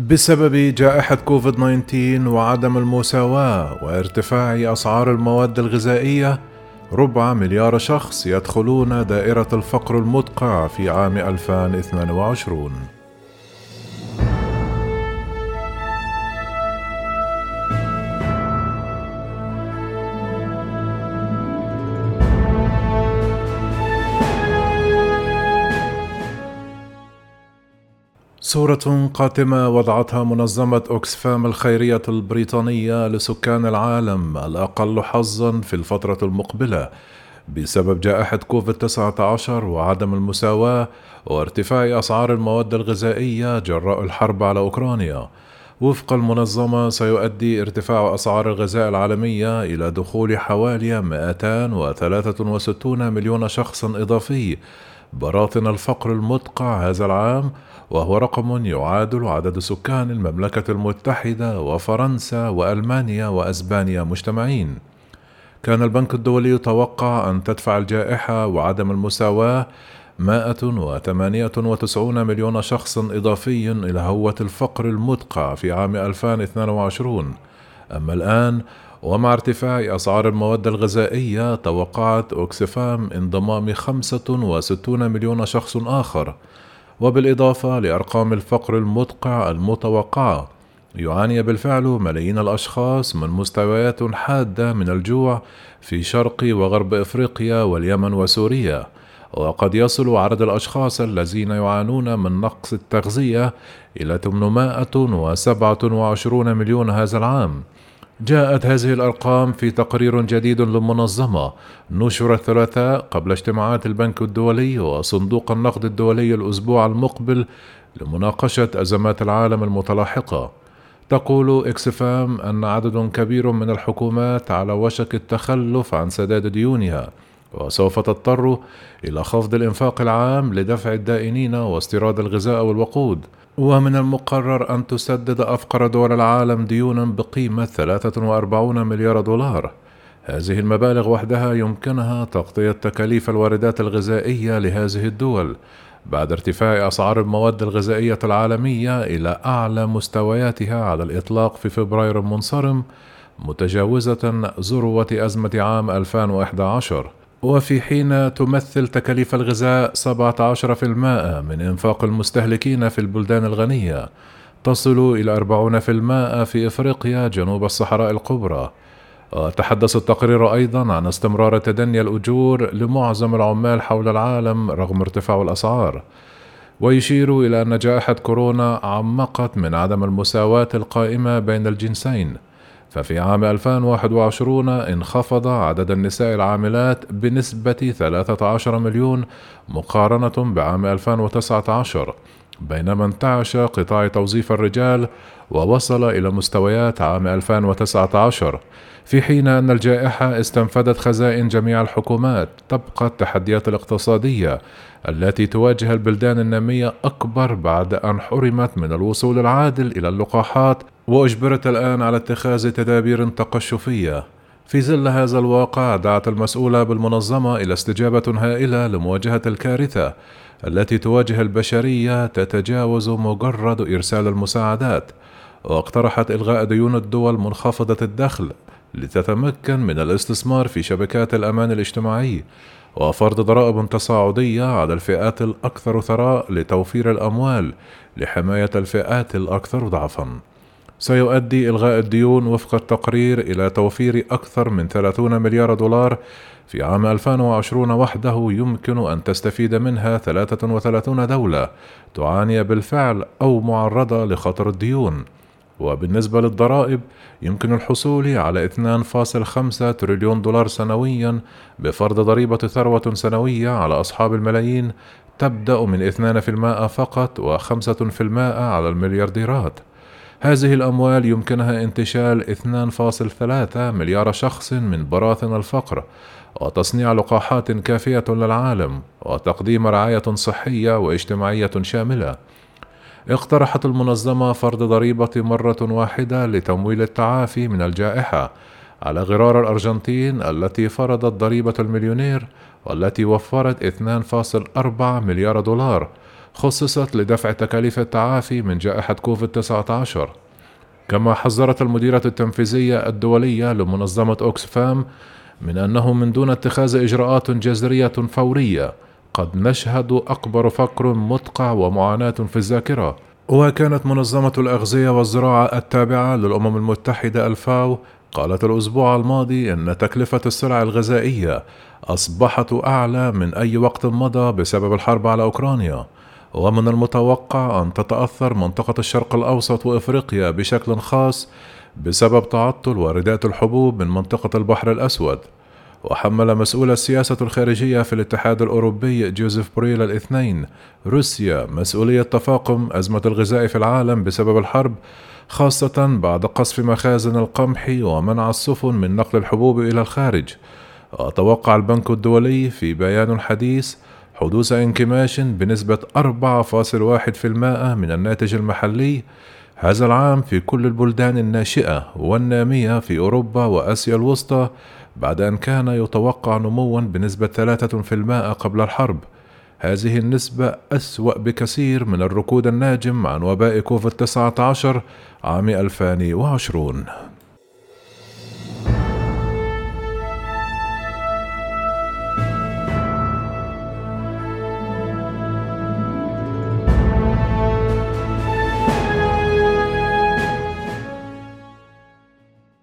بسبب جائحة كوفيد-19 وعدم المساواة وارتفاع أسعار المواد الغذائية، 250 مليار شخص يدخلون دائرة الفقر المدقع في عام 2022. صورة قاتمة وضعتها منظمة أوكسفام الخيرية البريطانية لسكان العالم الأقل حظاً في الفترة المقبلة بسبب جائحة كوفيد-19 وعدم المساواة وارتفاع أسعار المواد الغذائية جراء الحرب على أوكرانيا. وفق المنظمة، سيؤدي ارتفاع أسعار الغذاء العالمية إلى دخول حوالي 263 مليون شخص إضافي براثن الفقر المدقع هذا العام، وهو رقم يعادل عدد سكان المملكة المتحدة وفرنسا وألمانيا وأسبانيا مجتمعين. كان البنك الدولي يتوقع أن تدفع الجائحة وعدم المساواة 198 مليون شخص إضافي إلى هوة الفقر المدقع في عام 2022. أما الآن، ومع ارتفاع أسعار المواد الغذائية، توقعت أوكسفام انضمام 65 مليون شخص آخر. وبالإضافة لأرقام الفقر المدقع المتوقعة، يعاني بالفعل ملايين الأشخاص من مستويات حادة من الجوع في شرق وغرب إفريقيا واليمن وسوريا، وقد يصل عدد الأشخاص الذين يعانون من نقص التغذية إلى 827 مليون هذا العام. جاءت هذه الأرقام في تقرير جديد للمنظمة نشر الثلاثاء قبل اجتماعات البنك الدولي وصندوق النقد الدولي الأسبوع المقبل لمناقشة أزمات العالم المتلاحقة. تقول إكسفام أن عدد كبير من الحكومات على وشك التخلف عن سداد ديونها، وسوف تضطر إلى خفض الإنفاق العام لدفع الدائنين واستيراد الغذاء والوقود. ومن المقرر أن تسدد أفقر دول العالم ديونا بقيمة 43 مليار دولار. هذه المبالغ وحدها يمكنها تغطية تكاليف الواردات الغذائية لهذه الدول بعد ارتفاع أسعار المواد الغذائية العالمية إلى أعلى مستوياتها على الإطلاق في فبراير المنصرم، متجاوزة ذروة أزمة عام 2011. وفي حين تمثل تكاليف الغذاء 17% من إنفاق المستهلكين في البلدان الغنية، تصل إلى 40% في إفريقيا جنوب الصحراء الكبرى. وتحدث التقرير أيضا عن استمرار تدني الأجور لمعظم العمال حول العالم رغم ارتفاع الأسعار، ويشير إلى أن جائحة كورونا عمقت من عدم المساواة القائمة بين الجنسين. ففي عام 2021 انخفض عدد النساء العاملات بنسبة 13 مليون مقارنة بعام 2019، بينما انتعش قطاع توظيف الرجال ووصل إلى مستويات عام 2019. في حين أن الجائحة استنفدت خزائن جميع الحكومات، تبقى التحديات الاقتصادية التي تواجه البلدان النامية أكبر بعد أن حرمت من الوصول العادل إلى اللقاحات وأجبرت الآن على اتخاذ تدابير تقشفية. في ظل هذا الواقع، دعت المسؤولة بالمنظمة إلى استجابة هائلة لمواجهة الكارثة التي تواجه البشرية تتجاوز مجرد إرسال المساعدات، واقترحت إلغاء ديون الدول منخفضة الدخل لتتمكن من الاستثمار في شبكات الأمان الاجتماعي، وفرض ضرائب تصاعدية على الفئات الأكثر ثراء لتوفير الأموال لحماية الفئات الأكثر ضعفاً. سيؤدي إلغاء الديون وفق التقرير إلى توفير أكثر من 30 مليار دولار في عام 2020 وحده، يمكن أن تستفيد منها 33 دولة تعاني بالفعل أو معرضة لخطر الديون. وبالنسبة للضرائب، يمكن الحصول على 2.5 تريليون دولار سنويا بفرض ضريبة ثروة سنوية على أصحاب الملايين تبدأ من 2% فقط و5% على المليارديرات. هذه الأموال يمكنها انتشال 2.3 مليار شخص من براثن الفقر، وتصنيع لقاحات كافية للعالم، وتقديم رعاية صحية واجتماعية شاملة. اقترحت المنظمة فرض ضريبة مرة واحدة لتمويل التعافي من الجائحة على غرار الأرجنتين التي فرضت ضريبة المليونير، والتي وفرت 2.4 مليار دولار، خصصت لدفع تكاليف التعافي من جائحة كوفيد-19. كما حذرت المديرة التنفيذية الدولية لمنظمة أوكسفام من أنه من دون اتخاذ إجراءات جذرية فورية قد نشهد أكبر فقر مدقع ومعاناة في الذاكرة. وكانت منظمة الأغذية والزراعة التابعة للأمم المتحدة الفاو قالت الأسبوع الماضي أن تكلفة السلع الغذائية أصبحت أعلى من أي وقت مضى بسبب الحرب على أوكرانيا، ومن المتوقع أن تتأثر منطقة الشرق الأوسط وإفريقيا بشكل خاص بسبب تعطل واردات الحبوب من منطقة البحر الأسود. وحمل مسؤول السياسة الخارجية في الاتحاد الأوروبي جوزيف بوريل الاثنين روسيا مسؤولية تفاقم أزمة الغذاء في العالم بسبب الحرب، خاصة بعد قصف مخازن القمح ومنع السفن من نقل الحبوب إلى الخارج. وتوقع البنك الدولي في بيان حديث حدوث انكماش بنسبة 4.1% من الناتج المحلي هذا العام في كل البلدان الناشئة والنامية في أوروبا وآسيا الوسطى، بعد أن كان يتوقع نموا بنسبة 3% قبل الحرب. هذه النسبة أسوأ بكثير من الركود الناجم عن وباء كوفيد-19 عام 2020.